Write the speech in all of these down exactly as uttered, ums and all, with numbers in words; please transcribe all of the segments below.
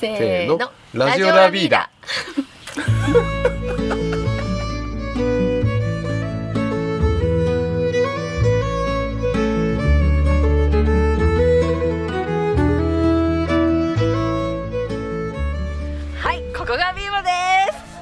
せーの、ラジオラビーダ。 はい、ここがビーボです。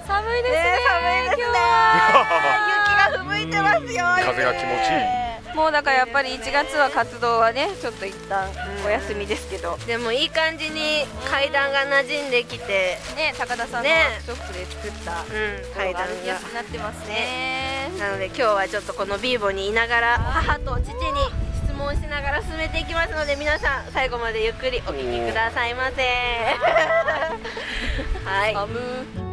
寒いですね。 ね、寒いですね。雪が吹雪いてますよ。 風が気持ちいい。 もうだからやっぱりいちがつは活動はねちょっと一旦お休みですけど、 でもいい感じに階段が馴染んできてね、高田さんのワークショップで作ったうん階段が歩きやすくなってますね。 なので今日はちょっとこのビーボにいながら母と父に質問しながら進めていきますので、皆さん最後までゆっくりお聞きくださいませ。はい。 寒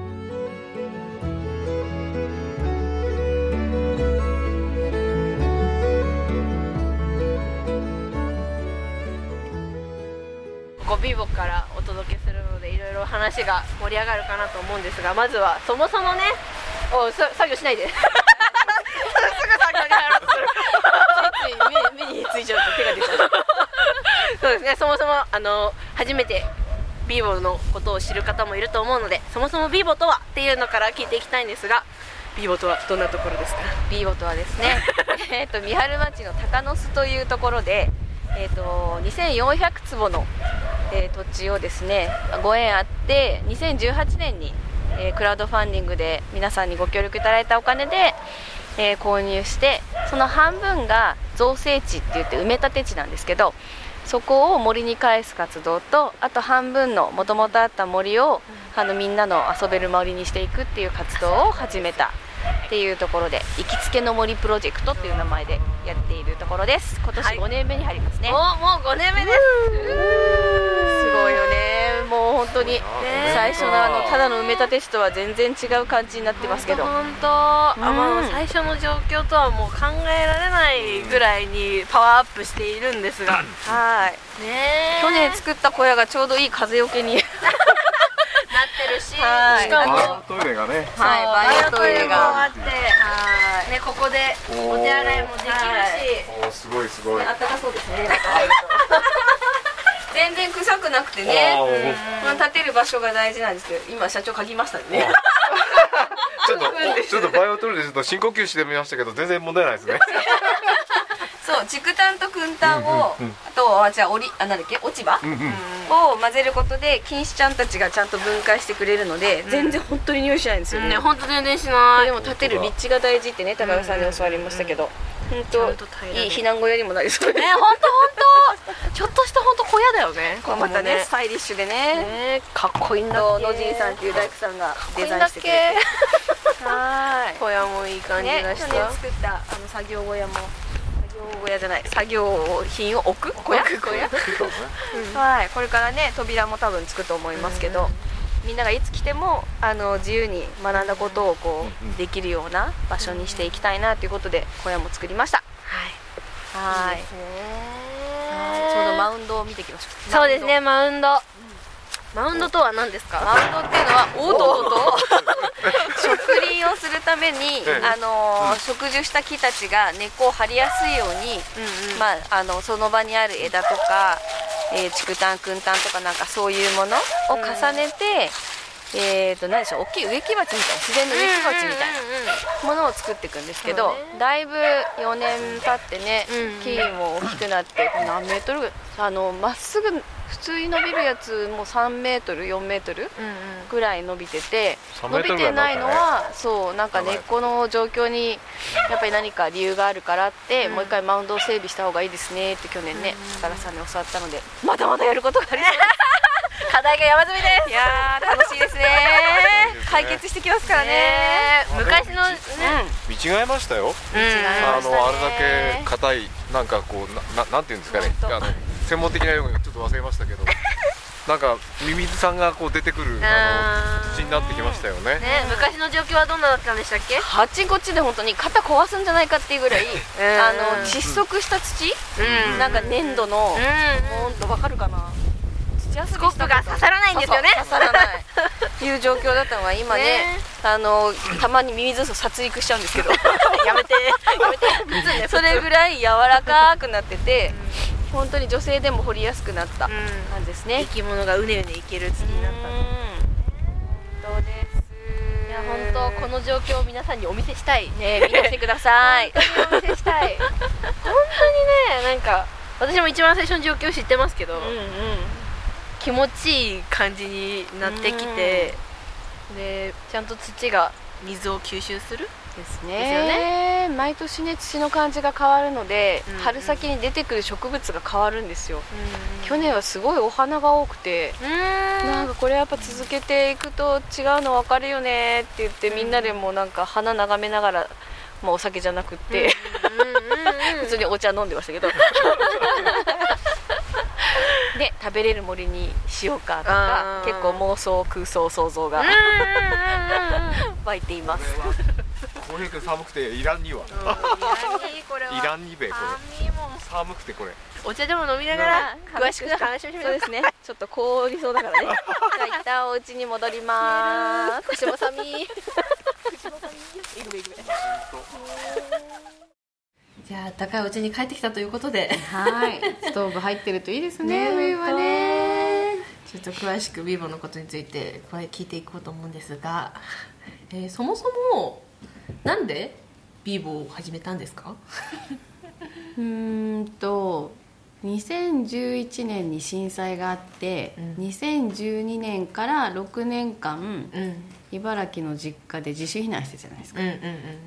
ここビーボからお届けするのでいろいろ話が盛り上がるかなと思うんですが、まずはそもそもね、おさ作業しないで。すぐ作業に入ろうとする。ついつい目目についちゃうと手が出ちゃう。そうですね。そもそもあの初めてビーボのことを知る方もいると思うので、そもそもビーボとはっていうのから聞いていきたいんですが、ビーボとはどんなところですか？ ビーボとはですねえっと三春町の高野巣というところで、えー、とにせんよんひゃくつぼの、えー、土地をですねご縁あってにせんじゅうはちねんに、えー、クラウドファンディングで皆さんにご協力いただいたお金で、えー、購入して、その半分が造成地って言って埋め立て地なんですけど、そこを森に返す活動と、あと半分のもともとあった森を、うん、あのみんなの遊べる森にしていくっていう活動を始めたっていうところで、行きつけの森プロジェクトっていう名前でやっているところです。今年ごねんめに入りますね。 はい、おもうごねんめです。 すごいよね。もう本当に最初のあのただの埋め立て地とは全然違う感じになってますけど、 本当、あ、まあ、最初の状況とはもう考えられないぐらいにパワーアップしているんですが、 はい、ね、去年作った小屋がちょうどいい風よけになってるし、 はい、 しかもバイオトイレがね、 はい、バイオトイレがあって、はい、ね、ここでお手洗いもできるし、 おー、すごいすごい。 あったかそうですね。全然臭くなくてね、うん、立てる場所が大事なんですけど、今社長嗅ぎましたね。 ちょっとちょっとバイオトイレでちょっと深呼吸してみましたけど、全然問題ないですね。 そう、竹炭と燻炭を、うんうんうん、あとあじゃあおりあなんだっけ落ち葉、うんうん、を混ぜることで菌糸ちゃんたちがちゃんと分解してくれるので、うん、全然本当に匂いしないんですよね。 本当全然しない。 でも立てる立地が大事ってね、高田さんに教わりましたけど、本当いい避難小屋にもなりそうですね。 本当本当ちょっとした本当小屋だよね。 ここまたねスタイリッシュでね、 ね、かっこいいんだっけ。 野陣さんっていう大工さんがデザインしてくれて、はい、 小屋もいい感じがした。 ね、去年作ったあの作業小屋も、作業小屋じゃない作業品を置く小屋、小屋はい、これからね扉も多分つくと思いますけど、うん、みんながいつ来てもあの自由に学んだことをこうできるような場所にしていきたいなということで小屋も作りました。はい、はい、いいですね。ちょうどマウンドを見てきましょう。 そうですね、マウンド、うん、マウンドとは何ですか？ マウンドっていうのはおっとっとと植林をするために、あのー、植樹した木たちが根っこを張りやすいように、うんうん、まあ、あのその場にある枝とか、えー、竹炭燻炭とかなんかそういうものを重ねて、うん、えーと何でしょう、大きい植木鉢みたいな、自然の植木鉢みたいなものを作っていくんですけど、だいぶよねん経ってね、木も大きくなって、何メートルあのまっすぐ普通に伸びるやつもさんメートルよんメートルぐらい伸びてて、伸びてないのはそうなんか根っこの状況にやっぱり何か理由があるからって、うん、もう一回マウンドを整備した方がいいですねって去年ね高田さんに教わったので、まだまだやることがありそう課題が山積みです。 いやー楽しいですね。解決してきますからね。 昔のね、 見違えましたよ。 見違えましたね。 あのあれだけ硬いなんかこう な, なんていうんですかね、あの専門的な用語ちょっと忘れましたけどなんかミミズさんがこう出てくるあの土になってきましたよね。 ね、昔の状況はどんなだったんでしたっけ？ はちこちで本当に肩壊すんじゃないかっていうぐらいあの窒息した土、うん、なんか粘土の、うん、ほんとわかるかな、 スコップが刺さらないんですよね。 そうそう刺さらないいう状況だったのが今 ね, ねあのたまにミミズを殺戮しちゃうんですけどやめてやめてそれぐらい柔らかくなってて、 本当に女性でも掘りやすくなった感じですね。 生き物がうねうねいける月になったと。 本当です。 いや本当この状況を皆さんにお見せしたいね、見せてください。 本当にお見せしたい。本当にね、なんか私も一番最初の状況知ってますけど、うん、うん、気持ちいい感じになってきて、うん、でちゃんと土が水を吸収するですね。ですよね。毎年ね土の感じが変わるので、うんうん、春先に出てくる植物が変わるんですよ。うんうん、去年はすごいお花が多くて、うん、なんかこれやっぱ続けていくと違うの分かるよねって言って、うん、みんなでもなんか花眺めながら、まあ、お酒じゃなくって、うん、普通にお茶飲んでましたけどで食べれる森にしようかとか結構妄想空想想像が湧いています。 浩平君寒くていらんには、いらんにべこれ寒くてこれお茶でも飲みながら詳しく話しましょう。 そうですね。ちょっと凍りそうだからね。じゃあ一旦お家に戻ります。 口も寒い。口も寒い。いぐめいぐめ。じゃあ高いお家に帰ってきたということで、 はい。ストーブ入ってるといいですね。上はね。 ちょっと詳しくビーボのことについて聞いていこうと思うんですが、えー、そもそもなんでビーボを始めたんですか？ うーんとにせんじゅういちねんに震災があって、うん、にせんじゅうにねんからろくねんかん、うん、茨城の実家で自主避難してたじゃないですか、うんうんうん、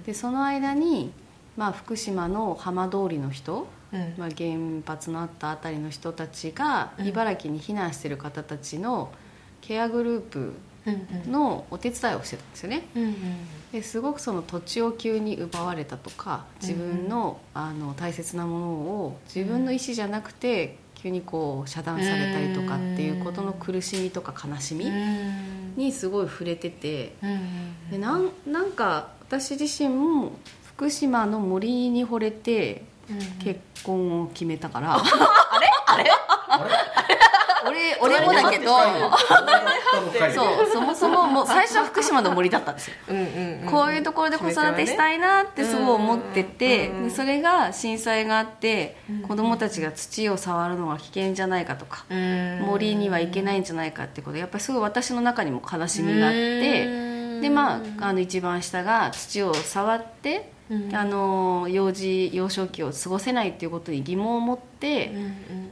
でその間に、まあ、福島の浜通りの人、うんまあ、原発のあった辺りの人たちが、うん、茨城に避難してる方たちのケアグループのお手伝いをしてたんですよね、うんうん、ですごくその土地を急に奪われたとか自分 の,、うん、あの大切なものを自分の意思じゃなくて急にこう遮断されたりとかっていうことの苦しみとか悲しみにすごい触れてて、で な, んなんか私自身も福島の森に惚れて結婚を決めたから、うんうん、 あれあれあれ俺, 俺もだけどそうそもそももう最初は福島の森だったんですよ。うんうん、うん、こういうところで子育てしたいなってすごい思ってて、うんうん、でそれが震災があって、うん、子どもたちが土を触るのが危険じゃないかとか、うん、森には行けないんじゃないかってことでやっぱりすごい私の中にも悲しみがあって、うん、でまあ、あの一番下が土を触ってうん、あの幼児幼少期を過ごせないっていうことに疑問を持って、うんうん、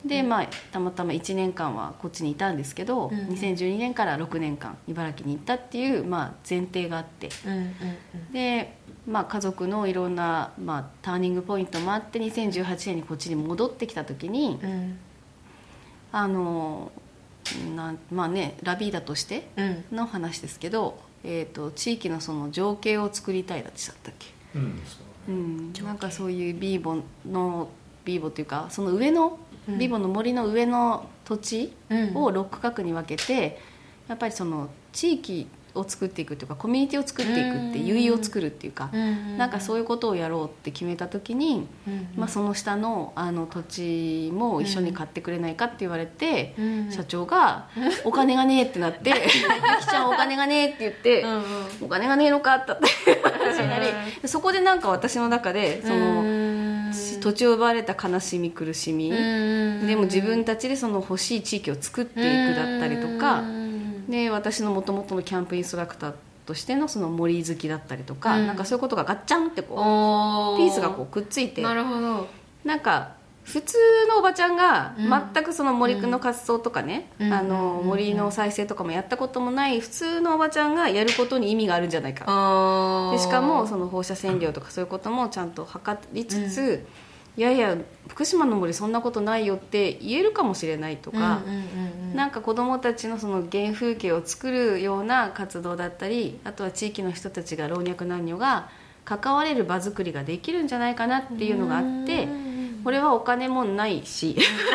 でまあたまたまいちねんかんはこっちにいたんですけど、うん、にせんじゅうにねんからろくねんかん茨城に行ったっていう、まあ、前提があって、うんうんうん、で、まあ、家族のいろんな、まあ、ターニングポイントもあってにせんじゅうはちねんにこっちに戻ってきた時に、うん、あのなまあねラビーダとしての話ですけど、うんえー、と地域のその情景を作りたいだってったっけうんうん、なんかそういうビーボのビーボっていうかその上の、うん、ビーボの森の上の土地をろっ区画に分けて、やっぱりその地域を作っていくっていうかコミュニティを作っていくっていう結を作るっていうか、うんうん、なんかそういうことをやろうって決めた時に、うんうんまあ、その下 の, あの土地も一緒に買ってくれないかって言われて、うん、社長がお金がねえってなってゆきちゃんお金がねえって言って、うんうん、お金がねえのかって話になり、うん、そこでなんか私の中でその、うん、土地を奪われた悲しみ苦しみ、うん、でも自分たちでその欲しい地域を作っていくだったりとか、うんで私の元々のキャンプインストラクターとしてのその森好きだったりとか、うん、なんかそういうことがガッチャンってこうピースがこうくっついて、 なるほどなんか普通のおばちゃんが全くその森の活動とかね、うん、あの森の再生とかもやったこともない普通のおばちゃんがやることに意味があるんじゃないか、でしかもその放射線量とかそういうこともちゃんと測りつつ、うんいやいや福島の森そんなことないよって言えるかもしれないとか、うんうんうんうん、なんか子どもたちのその原風景を作るような活動だったり、あとは地域の人たちが老若男女が関われる場作りができるんじゃないかなっていうのがあって、これはお金もないし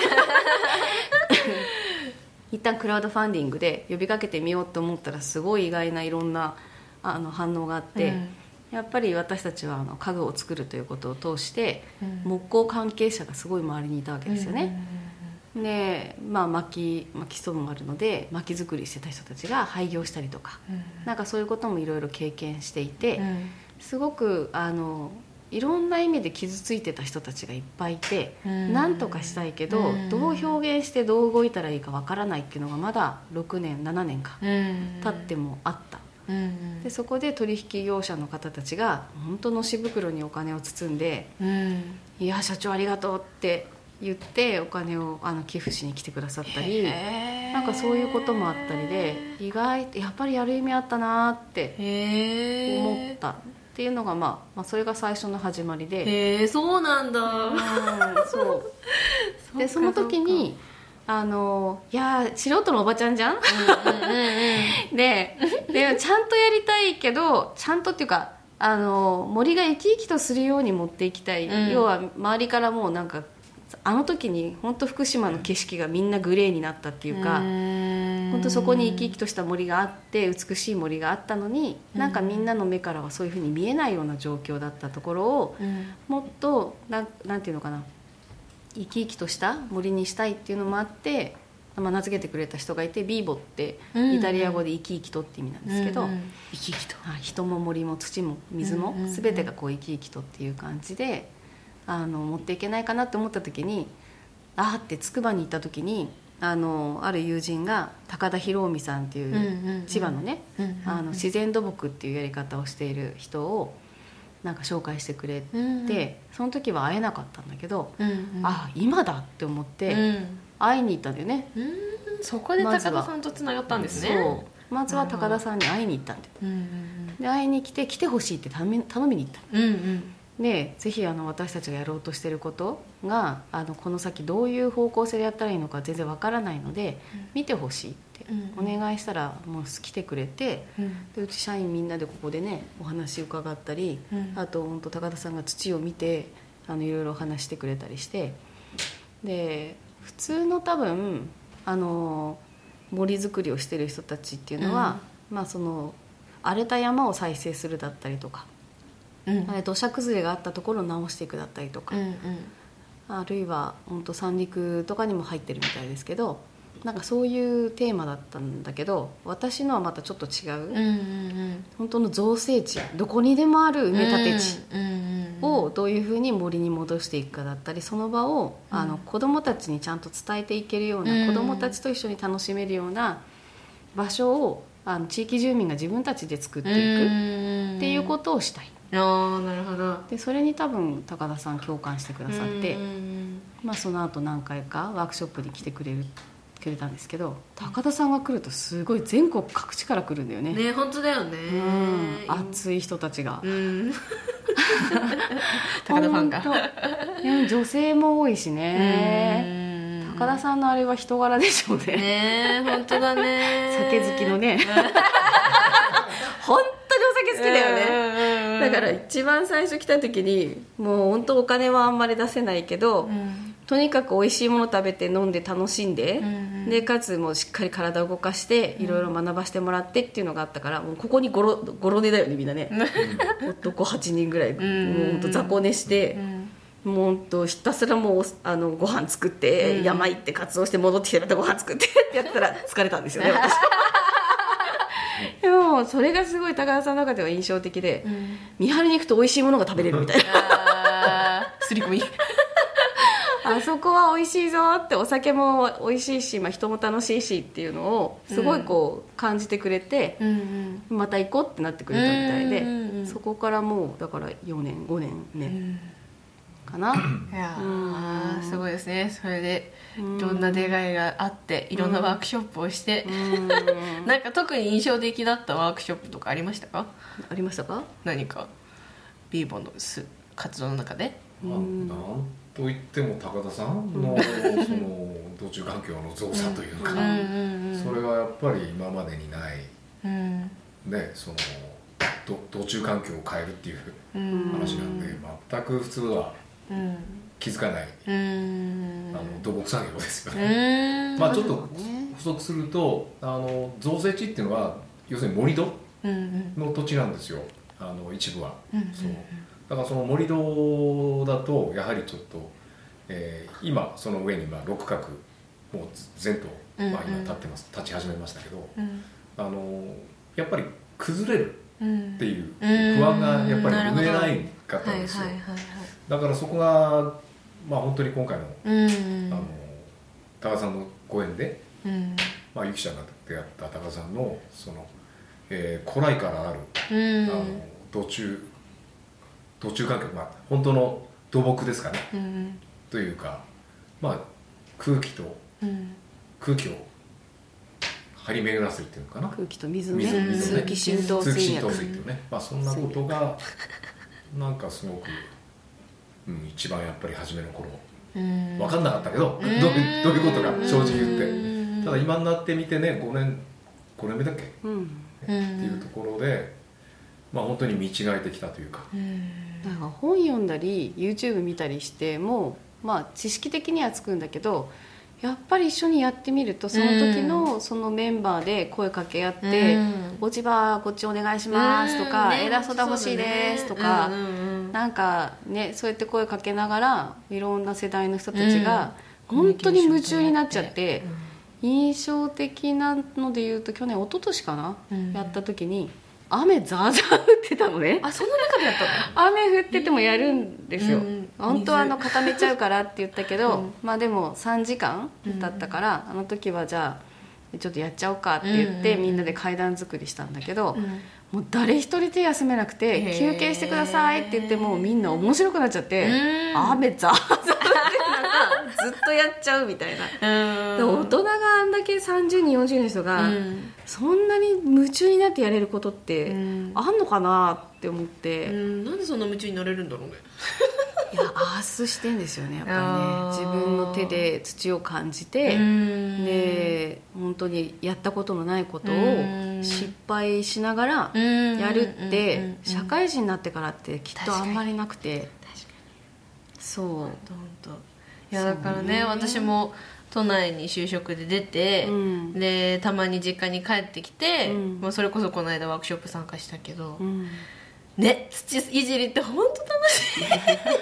一旦クラウドファンディングで呼びかけてみようと思ったらすごい意外ないろんなあの反応があって、うんやっぱり私たちはあの家具を作るということを通して、うん、木工関係者がすごい周りにいたわけですよね、うんうんうん、で、まあ、薪薪ストーブもあるので薪作りしてた人たちが廃業したりとか、うん、なんかそういうこともいろいろ経験していて、うん、すごくあのいろんな意味で傷ついてた人たちがいっぱいいて、 うんなんとかしたいけど、 うんどう表現してどう動いたらいいかわからないっていうのがまだろくねんななねんかうん経ってもあった。 うんでそこで取引業者の方たちが本当のし袋にお金を包んでうん 「いや社長ありがとう」って言ってお金をあの寄付しに来てくださったり、 へーなんかそういうこともあったりで、意外とやっぱりやる意味あったなってへー思ったっていうのが、まあ、まあそれが最初の始まりで、 へえそうなんだ。 うんそうでその時にあのいや素人のおばちゃんじゃんででちゃんとやりたいけどちゃんとっていうかあの森が生き生きとするように持っていきたい、 うん要は周りからもうなんかあの時に本当福島の景色がみんなグレーになったっていうか、本当そこに生き生きとした森があって美しい森があったのに、なんかみんなの目からはそういうふうに見えないような状況だったところを、 うんもっとなんなんていうのかな、生き生きとした森にしたいっていうのもあって、まあ、名付けてくれた人がいて、ビーボってイタリア語で生き生きとって意味なんですけど、 うんうん生き生きと、 はい、人も森も土も水もうんうんうん全てがこう生き生きとっていう感じであの持っていけないかなって思った時に、あーって筑波に行った時にあのある友人が高田博臣さんっていううんうんうん千葉のね、 うんうんうんあの自然土木っていうやり方をしている人をなんか紹介してくれて、 うんうんその時は会えなかったんだけど、 うんうんああ今だって思ってうん会いに行ったんだよね。 うんそこで高田さんとつながったんですね。 そうまずは高田さんに会いに行ったんだよ。 うんうんで会いに来て来てほしいって頼み頼みに行ったうんうんで、ぜひあの私たちがやろうとしてることがあのこの先どういう方向性でやったらいいのか全然わからないので、 うん見てほしいってうんお願いしたらもう来てくれて、 うんでうち社員みんなでここでねお話伺ったり、 うんあと本当高田さんが土を見てあのいろいろ話してくれたりして、で普通の多分あの森作りをしてる人たちっていうのは、まあその荒れた山を再生するだったりとか、 うんあれ土砂崩れがあったところを直していくだったりとか、 うんうんあるいは本当三陸とかにも入ってるみたいですけど、なんかそういうテーマだったんだけど、私のはまたちょっと違う、 うんうん本当の造成地、どこにでもある埋め立て地うんうんをどういうふうに森に戻していくかだったり、その場をうんあの子どもたちにちゃんと伝えていけるような、 うん子どもたちと一緒に楽しめるような場所をあの地域住民が自分たちで作っていくっていうことをしたい。 ああなるほど。 でそれに多分高田さん共感してくださって、 うんまあ、その後何回かワークショップに来てくれるくれたんですけど、高田さんが来るとすごい全国各地から来るんだよね。 ね本当だよね。 うん、熱い人たちが、 うん高田ファンが。 ほんといや女性も多いしね。高田さんのあれは人柄でしょうね。 ね本当だね。 酒好きのね本当にお酒好きだよね。だから一番最初来た時にもう本当お金はあんまり出せないけど、 うんとにかく美味しいもの食べて飲んで楽しんで、 うんでかつもうしっかり体を動かしていろいろ学ばせてもらってっていうのがあったから、もうここにゴロゴロ寝だよねみんなね男はちにんぐらい、 んもう本当雑魚寝して、もう本当ひたすらもうあのご飯作って、 うん山行って活動して戻ってきてまたご飯作ってってやったら疲れたんですよね私でもそれがすごい高田さんの中では印象的で、 うん見張りに行くと美味しいものが食べれるみたいなあーすり込み。 あそこは美味しいぞって、お酒も美味しいし、まあ、人も楽しいしっていうのをすごいこう感じてくれて、 うんまた行こうってなってくれたみたいで、 うんうんうんそこからもうだからよねんごねんね、 うんかな。 いやーうんすごいですね。それでうんいろんな出会いがあっていろんなワークショップをして、 うんなんか特に印象的だったワークショップとかありましたか？ ありましたか？ 何かビーボのす活動の中で。 まあ、なんといっても高田さんのその道中環境の増作というか、 うんうんうんそれはやっぱり今までにないうんね、そのど道中環境を変えるっていううん話なんで、全く普通はうん気づかない、 うんあの土木作業ですようね。 んまあちょっと補足すると、あの造成地っていうのは要するに盛り土うんうんの土地なんですよ、あの一部は。 うんそうだからその盛り土だとやはりちょっと、えー今その上にまあ六角もう前と、まあ、今立ってます、立ち始めましたけど、 うんあのやっぱり崩れる、 うっていう不安がやっぱり拭えないかったんですよ。だからそこがまあ本当に今回の、あの高田さんのご縁で、まあ、ゆきちゃんが出会った高田さんのその、えー、古来からある、あの土中土中環境、まあ本当の土木ですかね、というか、まあ空気と、空気を張り巡らせるっていうのかな、 空気と水ね、 水水ね通気浸透水通気浸透水っていうね、まあ、そんなことがなんかすごく、うん、一番やっぱり初めの頃分かんなかったけど、どういうどういうことか正直言って、ただ今になってみてね、ごねんごねんめだっけ、うん、っていうところで、まあ本当に見違えてきたというか、 なんか本読んだり YouTube 見たりしても、まあ知識的にはつくんだけど、やっぱり一緒にやってみるとその時のそのメンバーで声かけ合って「落ち葉こっちお願いします」とか「枝ソダ欲しいです」とか、なんかね、そうやって声かけながらいろんな世代の人たちが本当に夢中になっちゃって、印象的なので言うと去年一昨年かな、やった時に雨ザーザー降ってたのね。 あ、その中でやったの？ 雨降っててもやるんですよ、うん、本当はあの固めちゃうからって言ったけど、うん、まあでもさんじかんだったから、うん、あの時はじゃあちょっとやっちゃおうかって言って、うん、みんなで階段作りしたんだけど、うん、もう誰一人手休めなくて休憩してくださいって言ってもうみんな面白くなっちゃって、うん、雨ザーザーってなんかずっとやっちゃうみたいな、うん、大人があんだけさんじゅうにんよんじゅうにんの人が、うん、そんなに夢中になってやれることってあんのかなって思って、 うん、なんでそんな夢中になれるんだろうね。 いやアースしてんですよね、やっぱりね。自分の手で土を感じて、で本当にやったことのないことを失敗しながらやるって社会人になってからってきっとあんまりなくて、そう本当いやだからね、ね、私も都内に就職で出て、うん、でたまに実家に帰ってきて、うん、まあ、それこそこの間ワークショップ参加したけど、うん、ね、土いじりって本当楽しい本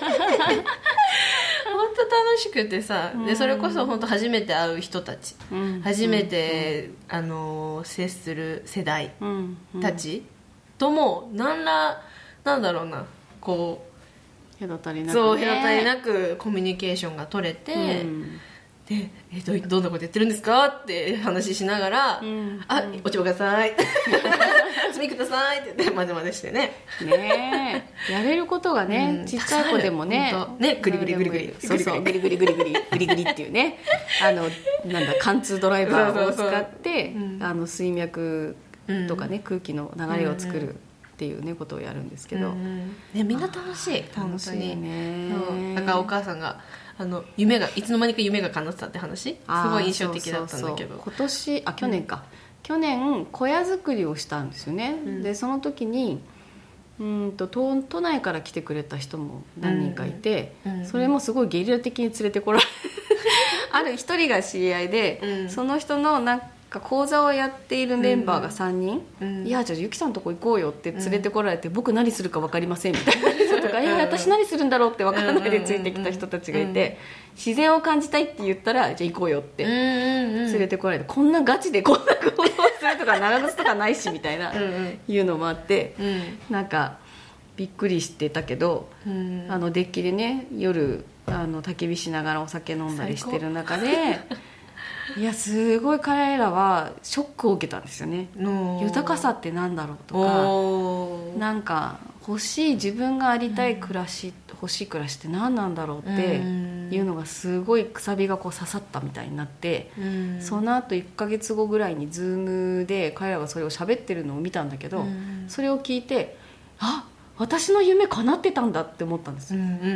当楽しくてさ、でそれこそ本当初めて会う人たち、うん、初めて、うん、あの接する世代たちとも何らなんだろうな、こう隔たりなく、ね、 そう隔たりなくコミュニケーションが取れて、うん、でえど, どんなことやってるんですかって話しながら、うん、あ、落ち葉ください炭くださいって言って混ぜ混ぜしてねねえやれることがね、うん、ちっちゃい子でもねねグリグリグリグリそうそうグリグリグリグリグリグリっていうねあのなんだ貫通ドライバーを使ってそうそうそう、あの水脈とかね、うん、空気の流れを作る、うんっていうねことをやるんですけど、うんね、みんな楽しい楽しいね。 だからお母さんがあの夢がいつの間にか夢が叶ってたって話すごい印象的だったんだけど、 そうそうそう、今年あ去年か、うん、去年小屋作りをしたんですよね、うん、でその時にうんと 都, 都内から来てくれた人も何人かいて、うん、それもすごいゲリラ的に連れてこられある一人が知り合いで、うん、その人のなんか講座をやっているメンバーがさんにん、うん、いやじゃあゆきさんのとこ行こうよって連れてこられて、うん、僕何するか分かれませんみたいな人とかいや私何するんだろうって分からないでついてきた人たちがいて、自然を感じたいって言ったらじゃあ行こうよって連れてこられて、こんなガチでこんな行動するとか長靴とかないしみたいないうのもあって、うん、なんかびっくりしてたけど、うん、あのデッキでね夜あの焚き火しながらお酒飲んだりしてる中でいやすごい彼らはショックを受けたんですよね。豊かさってなんだろうとか、なんか欲しい自分がありたい暮らし、うん、欲しい暮らしって何なんだろうっていうのがすごいくさびがこう刺さったみたいになって、うん、その後いっかげつごぐらいにズームで彼らがそれを喋ってるのを見たんだけど、うん、それを聞いてあ私の夢叶ってたんだって思ったんですよ、うんうんうんうん、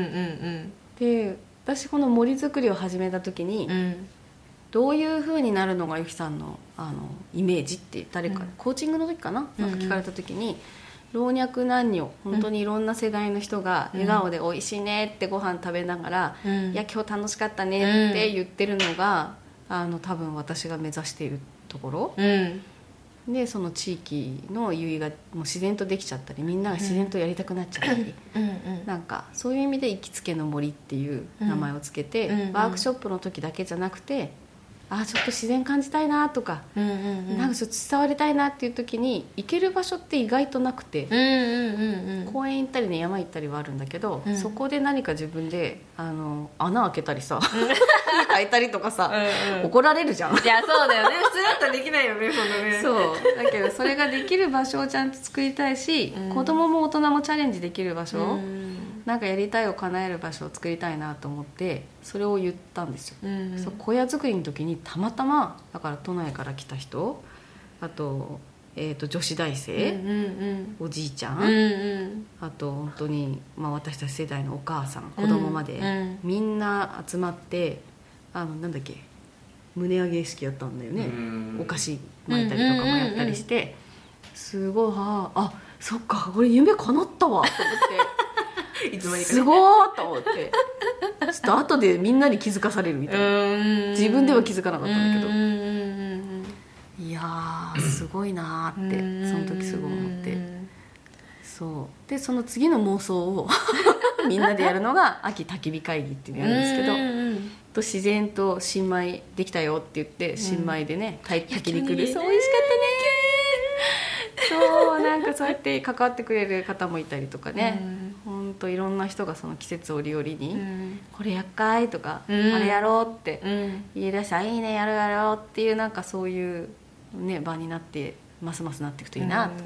で私この森づくりを始めた時に、うん、どういう風になるのがゆきさん の, あのイメージって誰か、うん、コーチングの時かな、なんか聞かれた時に、うんうん、老若男女本当にいろんな世代の人が笑顔で美味しいねってご飯食べながら、うん、いや今日楽しかったねって言ってるのが、うん、あの多分私が目指しているところ、うんでその地域の優位がもう自然とできちゃったり、みんなが自然とやりたくなっちゃったり、うんうん、なんかそういう意味で行きつけの森っていう名前をつけて、うんうん、ワークショップの時だけじゃなくてあちょっと自然感じたいなとか、うんうんうん、なんかちょっと伝わりたいなっていう時に行ける場所って意外となくて、うんうんうんうん、公園行ったりね山行ったりはあるんだけど、うん、そこで何か自分であの穴開けたりさ変えたりとかさ、うんうん、怒られるじゃん。 いやそうだよね、普通だったらできないよねそんなね。 そうだけどそれができる場所をちゃんと作りたいし、うん、子供も大人もチャレンジできる場所、うん、なんかやりたいを叶える場所を作りたいなと思ってそれを言ったんですよ、うんうん、そう小屋作りの時にたまたまだから都内から来た人、あと、えー、と女子大生、うんうんうん、おじいちゃん、うんうん、あと本当に、まあ、私たち世代のお母さん子供まで、うんうん、みんな集まってあのなんだっけ胸上げ式やったんだよね、うん、お菓子巻いたりとかもやったりして、うんうんうん、すごいああそっか俺夢叶ったわと思っていつまにか、ね、すごーと思ってちょっと後でみんなに気づかされるみたいな、自分では気づかなかったんだけど、いやーすごいなーってその時すごい思って、そうでその次の妄想をみんなでやるのが秋焚き火会議っていうのやるんですけど、と自然と新米できたよって言って新米でね焚きに来る、そう美味しかったねそうなんかそうやって関わってくれる方もいたりとかね、ほんといろんな人がその季節折々に、うん、これやっかいとか、うん、あれやろうって言い出したら、うん、いいねやろうやろうっていうなんかそういう、ね、場になってますますなっていくといいなと、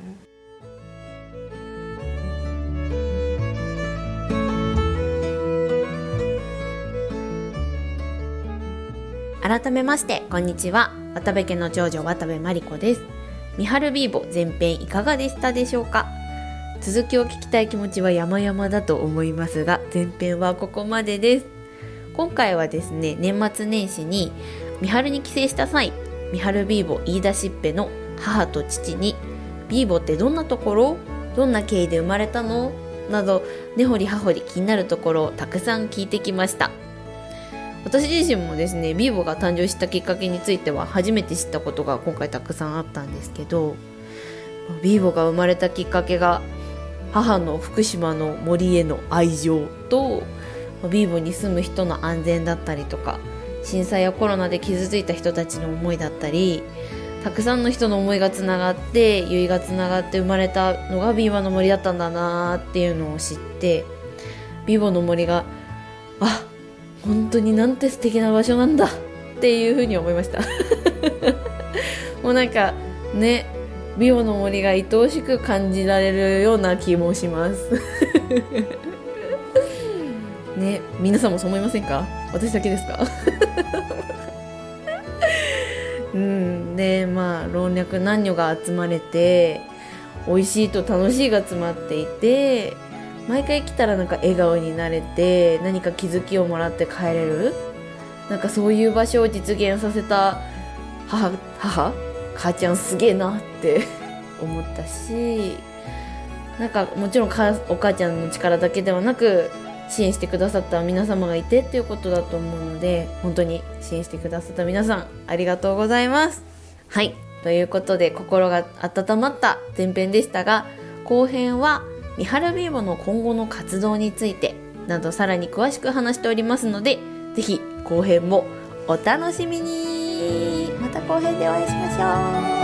うん、改めましてこんにちは、渡部家の長女渡部真理子です。みはるビーボ前編いかがでしたでしょうか。続きを聞きたい気持ちは山々だと思いますが、前編はここまでです。今回はですね、年末年始にみはるに帰省した際、みはるビーボ言い出しっぺの母と父に、ビーボってどんなところ、どんな経緯で生まれたのなど、根掘り葉掘り気になるところをたくさん聞いてきました。私自身もですね、ビーボが誕生したきっかけについては初めて知ったことが今回たくさんあったんですけど、ビーボが生まれたきっかけが母の福島の森への愛情と、ビーボに住む人の安全だったりとか、震災やコロナで傷ついた人たちの思いだったり、たくさんの人の思いがつながって結がつながって生まれたのがビーボの森だったんだなっていうのを知って、ビーボの森があ本当になんて素敵な場所なんだっていうふうに思いましたもうなんかね、ビーボの森が愛おしく感じられるような気もしますね、皆さんもそう思いませんか？私だけですかうんで、まあ老若男女が集まれて、美味しいと楽しいが詰まっていて、毎回来たらなんか笑顔になれて、何か気づきをもらって帰れる、なんかそういう場所を実現させた母母母ちゃんすげえなって思ったし、なんかもちろんお母ちゃんの力だけではなく支援してくださった皆様がいてっていうことだと思うので、本当に支援してくださった皆さんありがとうございます。はい、ということで心が温まった前編でしたが、後編はみはるビーボの今後の活動についてなどさらに詳しく話しておりますので、ぜひ後編もお楽しみに。また後編でお会いしましょう。